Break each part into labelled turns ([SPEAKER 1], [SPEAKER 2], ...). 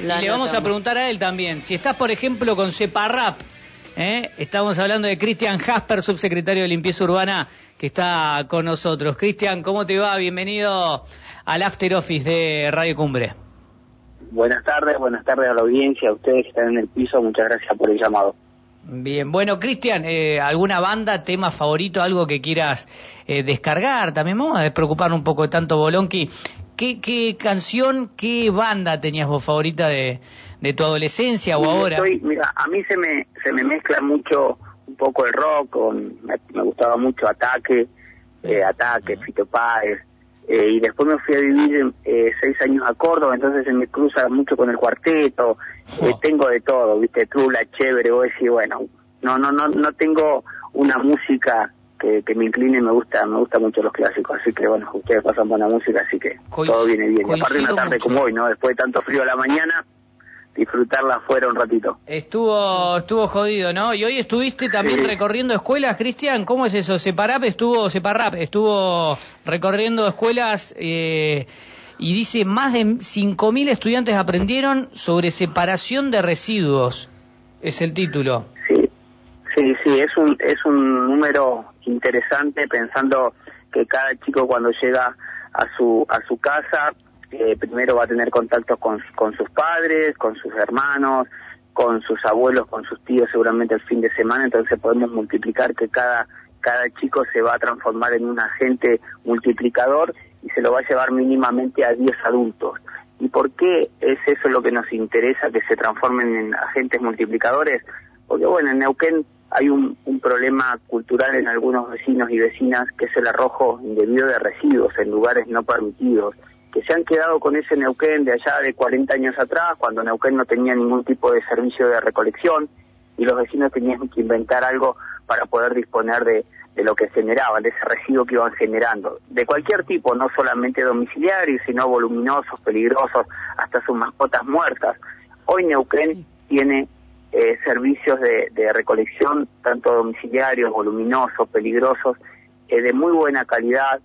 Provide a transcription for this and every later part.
[SPEAKER 1] Y le vamos a preguntar a él también, si estás, por ejemplo, con Separrap, estamos hablando de Cristian Jasper, subsecretario de Limpieza Urbana, que está con nosotros. Cristian, ¿cómo te va? Bienvenido al After Office de Radio Cumbre.
[SPEAKER 2] Buenas tardes a la audiencia, a ustedes que están en el piso, muchas gracias por el llamado.
[SPEAKER 1] Bien, bueno, Cristian, ¿alguna banda, tema favorito, algo que quieras descargar? También vamos a despreocuparnos un poco de tanto bolonqui. ¿Qué canción, qué banda tenías vos favorita de tu adolescencia o ahora?
[SPEAKER 2] Mira, a mí se me mezcla mucho un poco el rock, me gustaba mucho Ataque, Fito Páez, y después me fui a vivir 6 años a Córdoba, entonces se me cruza mucho con el cuarteto, tengo de todo, viste, trula, chévere, vos decís, bueno, no tengo una música que me incline, me gusta mucho los clásicos, así que bueno, ustedes pasan buena música, así que todo viene bien. Y aparte una tarde como hoy, ¿no? Después de tanto frío a la mañana, disfrutarla afuera un ratito.
[SPEAKER 1] Estuvo jodido, ¿no? Y hoy estuviste también recorriendo escuelas, Cristian, ¿cómo es eso? Separrap estuvo recorriendo escuelas y dice más de 5.000 estudiantes aprendieron sobre separación de residuos, es el título.
[SPEAKER 2] Sí, es un número interesante, pensando que cada chico cuando llega a su casa, primero va a tener contacto con sus padres, con sus hermanos, con sus abuelos, con sus tíos, seguramente el fin de semana. Entonces podemos multiplicar que cada chico se va a transformar en un agente multiplicador y se lo va a llevar mínimamente a 10 adultos. ¿Y por qué es eso lo que nos interesa, que se transformen en agentes multiplicadores? Porque bueno, en Neuquén hay un problema cultural en algunos vecinos y vecinas, que es el arrojo indebido de residuos en lugares no permitidos, que se han quedado con ese Neuquén de allá de 40 años atrás, cuando Neuquén no tenía ningún tipo de servicio de recolección y los vecinos tenían que inventar algo para poder disponer de lo que generaban, de ese residuo que iban generando, de cualquier tipo, no solamente domiciliarios, sino voluminosos, peligrosos, hasta sus mascotas muertas. Hoy Neuquén tiene servicios de recolección, tanto domiciliarios, voluminosos, peligrosos, de muy buena calidad,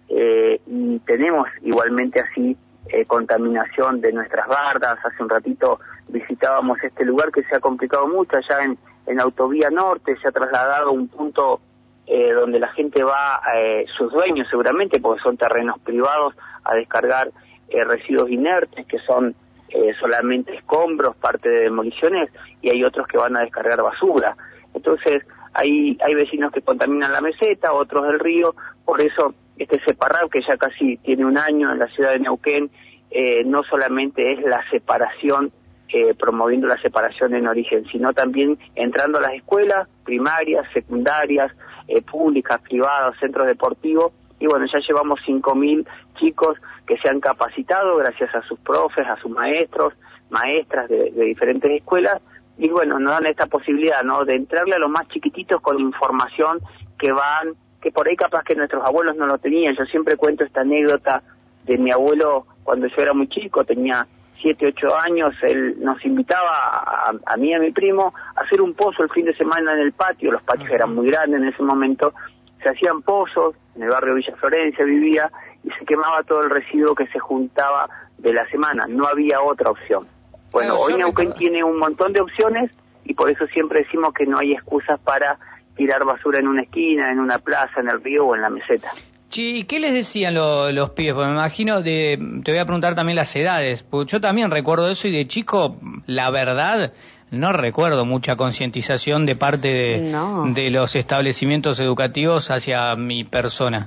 [SPEAKER 2] y tenemos igualmente así contaminación de nuestras bardas. Hace un ratito visitábamos este lugar que se ha complicado mucho, allá en Autovía Norte, se ha trasladado a un punto donde la gente va, sus dueños seguramente, porque son terrenos privados, a descargar residuos inertes, que son solamente escombros, parte de demoliciones, y hay otros que van a descargar basura. Entonces hay vecinos que contaminan la meseta, otros el río. Por eso este Separrap, que ya casi tiene un año en la ciudad de Neuquén, no solamente es la separación, promoviendo la separación en origen, sino también entrando a las escuelas primarias, secundarias, públicas, privadas, centros deportivos. Y bueno, ya llevamos 5.000 chicos que se han capacitado gracias a sus profes, a sus maestros, maestras de diferentes escuelas, y bueno, nos dan esta posibilidad, ¿no?, de entrarle a los más chiquititos con información que por ahí capaz que nuestros abuelos no lo tenían. Yo siempre cuento esta anécdota de mi abuelo cuando yo era muy chico, tenía 7, 8 años, él nos invitaba a mí y a mi primo a hacer un pozo el fin de semana en el patio. Los patios eran muy grandes en ese momento, se hacían pozos, en el barrio Villa Florencia vivía, y se quemaba todo el residuo que se juntaba de la semana, no había otra opción. Bueno, hoy Neuquén tiene un montón de opciones, y por eso siempre decimos que no hay excusas para tirar basura en una esquina, en una plaza, en el río o en la meseta.
[SPEAKER 1] ¿Y qué les decían los pibes? Porque me imagino, te voy a preguntar también las edades, porque yo también recuerdo eso, y de chico, la verdad, no recuerdo mucha concientización de parte de los establecimientos educativos hacia mi persona.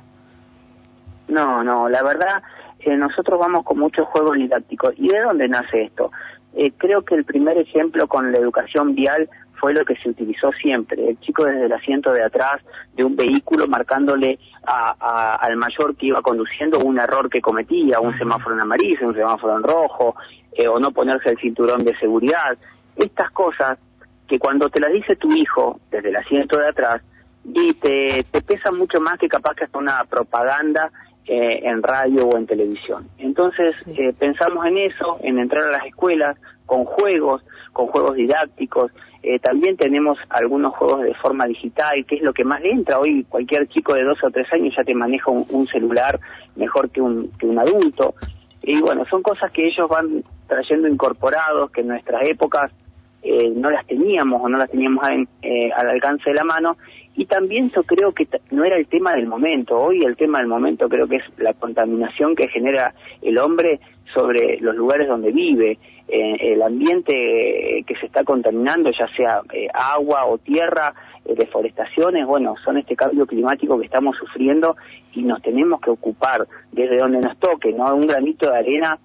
[SPEAKER 2] No, la verdad, nosotros vamos con muchos juegos didácticos. ¿Y de dónde nace esto? Creo que el primer ejemplo con la educación vial fue lo que se utilizó siempre. El chico desde el asiento de atrás de un vehículo marcándole al mayor que iba conduciendo un error que cometía, un semáforo en amarillo, un semáforo en rojo, o no ponerse el cinturón de seguridad. Estas cosas que cuando te las dice tu hijo desde el asiento de atrás, y te pesan mucho más que capaz que hasta una propaganda en radio o en televisión. Entonces pensamos en eso, en entrar a las escuelas con juegos didácticos. También tenemos algunos juegos de forma digital, que es lo que más le entra. Hoy cualquier chico de 12 o 3 años ya te maneja un celular mejor que un adulto. Y bueno, son cosas que ellos van trayendo incorporados que en nuestras épocas no las teníamos o no las teníamos al alcance de la mano. Y también yo creo que no era el tema del momento. Hoy el tema del momento creo que es la contaminación que genera el hombre sobre los lugares donde vive, el ambiente que se está contaminando, ya sea agua o tierra, deforestaciones. Bueno, son este cambio climático que estamos sufriendo y nos tenemos que ocupar desde donde nos toque, ¿no? Un granito de arena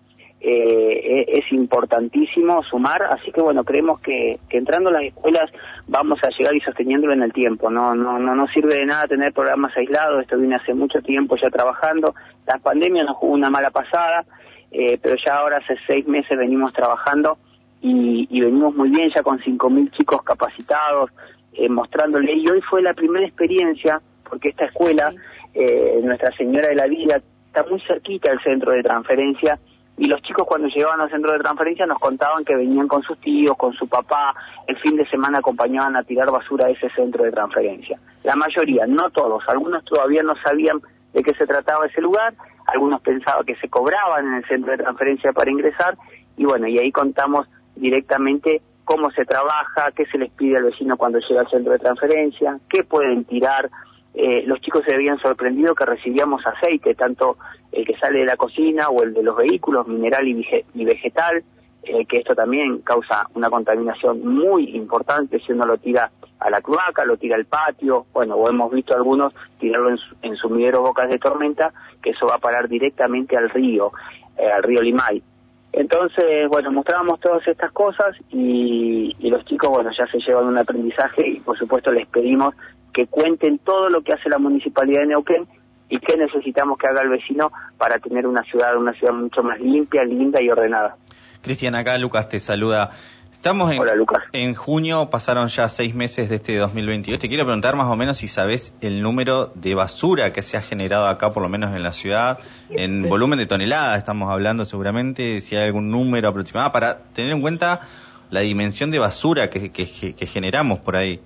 [SPEAKER 2] es importantísimo sumar, así que bueno, creemos que entrando a las escuelas vamos a llegar y sosteniéndolo en el tiempo. No sirve de nada tener programas aislados. Esto viene hace mucho tiempo ya trabajando. La pandemia nos jugó una mala pasada, pero ya ahora hace 6 meses venimos trabajando y venimos muy bien, ya con 5.000 chicos capacitados, mostrándole. Y hoy fue la primera experiencia, porque esta escuela, Nuestra Señora de la Vida, está muy cerquita del centro de transferencia. Y los chicos cuando llegaban al centro de transferencia nos contaban que venían con sus tíos, con su papá, el fin de semana acompañaban a tirar basura a ese centro de transferencia. La mayoría, no todos, algunos todavía no sabían de qué se trataba ese lugar, algunos pensaban que se cobraban en el centro de transferencia para ingresar, y bueno, y ahí contamos directamente cómo se trabaja, qué se les pide al vecino cuando llega al centro de transferencia, qué pueden tirar. Los chicos se habían sorprendido que recibíamos aceite, tanto el que sale de la cocina o el de los vehículos, mineral y vegetal, que esto también causa una contaminación muy importante si uno lo tira a la cloaca, lo tira al patio, bueno, o hemos visto algunos tirarlo en sumideros bocas de tormenta, que eso va a parar directamente al río Limay. Entonces, bueno, mostrábamos todas estas cosas y los chicos, bueno, ya se llevan un aprendizaje y por supuesto les pedimos que cuenten todo lo que hace la Municipalidad de Neuquén y qué necesitamos que haga el vecino para tener una ciudad mucho más limpia, linda y ordenada.
[SPEAKER 3] Cristian, acá Lucas te saluda. Estamos
[SPEAKER 2] Hola, Lucas.
[SPEAKER 3] En junio, pasaron ya 6 meses de este 2022. Te quiero preguntar más o menos si sabes el número de basura que se ha generado acá, por lo menos en la ciudad, en volumen de toneladas estamos hablando seguramente, si hay algún número aproximado, para tener en cuenta la dimensión de basura que generamos por ahí.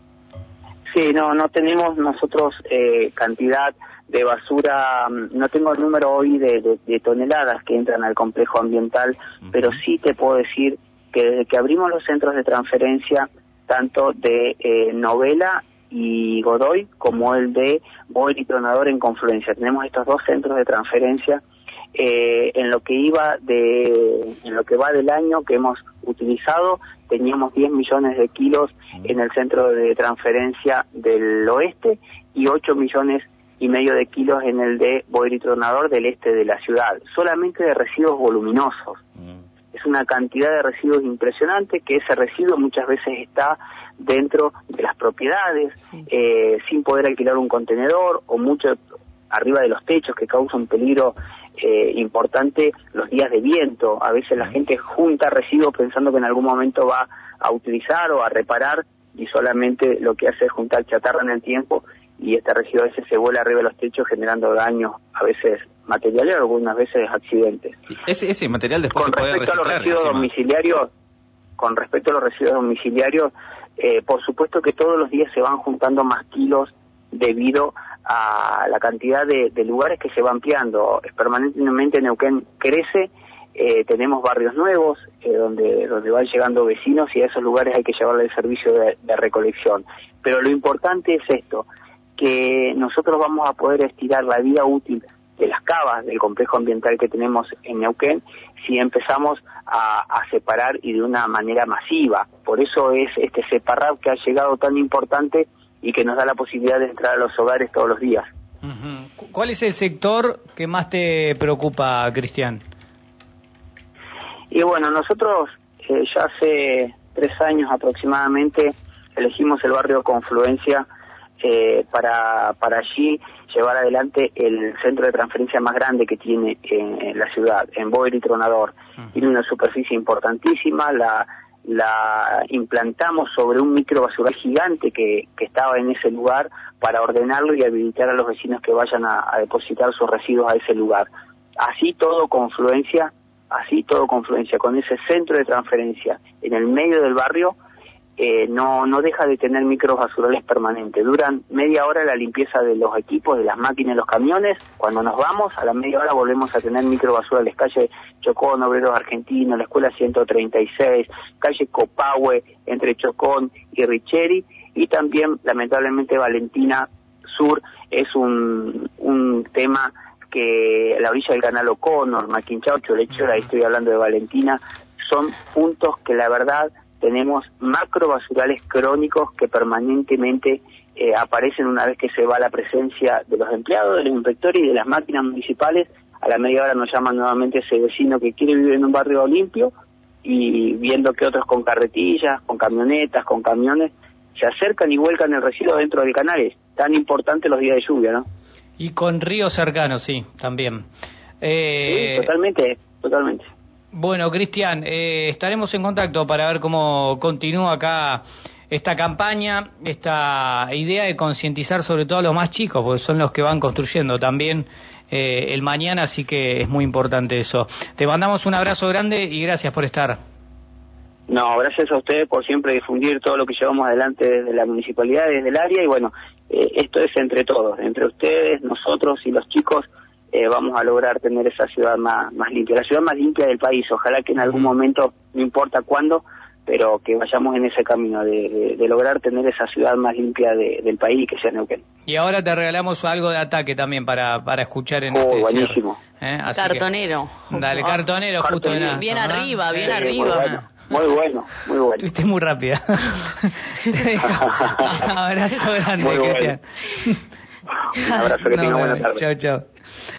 [SPEAKER 2] Sí, no tenemos nosotros cantidad de basura, no tengo el número hoy de toneladas que entran al complejo ambiental, pero sí te puedo decir que desde que abrimos los centros de transferencia, tanto de Novela y Godoy, como el de Boer y Tronador en Confluencia, tenemos estos 2 centros de transferencia. En lo que va del año que hemos utilizado, teníamos 10 millones de kilos en el centro de transferencia del oeste y 8 millones y medio de kilos en el de Boer y Tronador del este de la ciudad, solamente de residuos voluminosos. Es una cantidad de residuos impresionante, que ese residuo muchas veces está dentro de las propiedades, sin poder alquilar un contenedor, o mucho arriba de los techos, que causa un peligro importante los días de viento. A veces la gente junta residuos pensando que en algún momento va a utilizar o a reparar, y solamente lo que hace es juntar chatarra en el tiempo, y este residuo a veces se vuela arriba de los techos generando daños, a veces materiales, algunas veces accidentes.
[SPEAKER 3] Ese material después se puede reciclar.
[SPEAKER 2] Con respecto a los residuos domiciliarios, por supuesto que todos los días se van juntando más kilos debido a la cantidad de lugares que se va ampliando. Permanentemente Neuquén crece, tenemos barrios nuevos donde van llegando vecinos, y a esos lugares hay que llevarle el servicio de recolección. Pero lo importante es esto, que nosotros vamos a poder estirar la vida útil de las cavas del complejo ambiental que tenemos en Neuquén si empezamos a separar, y de una manera masiva. Por eso es este separar que ha llegado tan importante y que nos da la posibilidad de entrar a los hogares todos los días.
[SPEAKER 1] ¿Cuál es el sector que más te preocupa, Cristian?
[SPEAKER 2] Y bueno, nosotros ya hace 3 años aproximadamente elegimos el barrio Confluencia para allí llevar adelante el centro de transferencia más grande que tiene la ciudad, en Boer y Tronador. Tiene una superficie importantísima, la implantamos sobre un microbasural gigante que estaba en ese lugar, para ordenarlo y habilitar a los vecinos que vayan a depositar sus residuos a ese lugar. Así todo Confluencia, con ese centro de transferencia en el medio del barrio, no deja de tener micros basurales permanentes. Duran media hora la limpieza de los equipos, de las máquinas, de los camiones. Cuando nos vamos, a la media hora volvemos a tener micro basurales. Calle Chocón, Obreros Argentinos, la Escuela 136, calle Copahue, entre Chocón y Richeri, y también, lamentablemente, Valentina Sur es un tema que a la orilla del canal O'Connor, Maquinchaucho, Lechora, ahí estoy hablando de Valentina, son puntos que la verdad tenemos macro basurales crónicos que permanentemente aparecen una vez que se va la presencia de los empleados, de los inspectores y de las máquinas municipales. A la media hora nos llama nuevamente ese vecino que quiere vivir en un barrio limpio, y viendo que otros con carretillas, con camionetas, con camiones, se acercan y vuelcan el residuo dentro del canal. Es tan importante los días de lluvia, ¿no?
[SPEAKER 1] Y con ríos cercanos, sí, también.
[SPEAKER 2] Sí, totalmente.
[SPEAKER 1] Bueno, Cristian, estaremos en contacto para ver cómo continúa acá esta campaña, esta idea de concientizar sobre todo a los más chicos, porque son los que van construyendo también el mañana, así que es muy importante eso. Te mandamos un abrazo grande y gracias por estar.
[SPEAKER 2] No, gracias a ustedes por siempre difundir todo lo que llevamos adelante desde la municipalidad, desde el área, y bueno, esto es entre todos, entre ustedes, nosotros y los chicos. Vamos a lograr tener esa ciudad más limpia, la ciudad más limpia del país. Ojalá que en algún momento, no importa cuándo, pero que vayamos en ese camino de lograr tener esa ciudad más limpia del país, que sea Neuquén.
[SPEAKER 1] Y ahora te regalamos algo de ataque también para escuchar en este
[SPEAKER 2] buenísimo.
[SPEAKER 4] Cartonero.
[SPEAKER 1] Dale, cartonero, justo.
[SPEAKER 4] Bien arriba, bien arriba.
[SPEAKER 2] Muy bueno.
[SPEAKER 1] Estuviste muy rápida. Abrazo grande,
[SPEAKER 2] muy
[SPEAKER 1] Cristian.
[SPEAKER 2] Un abrazo, que tenga buena tarde.
[SPEAKER 1] Chao.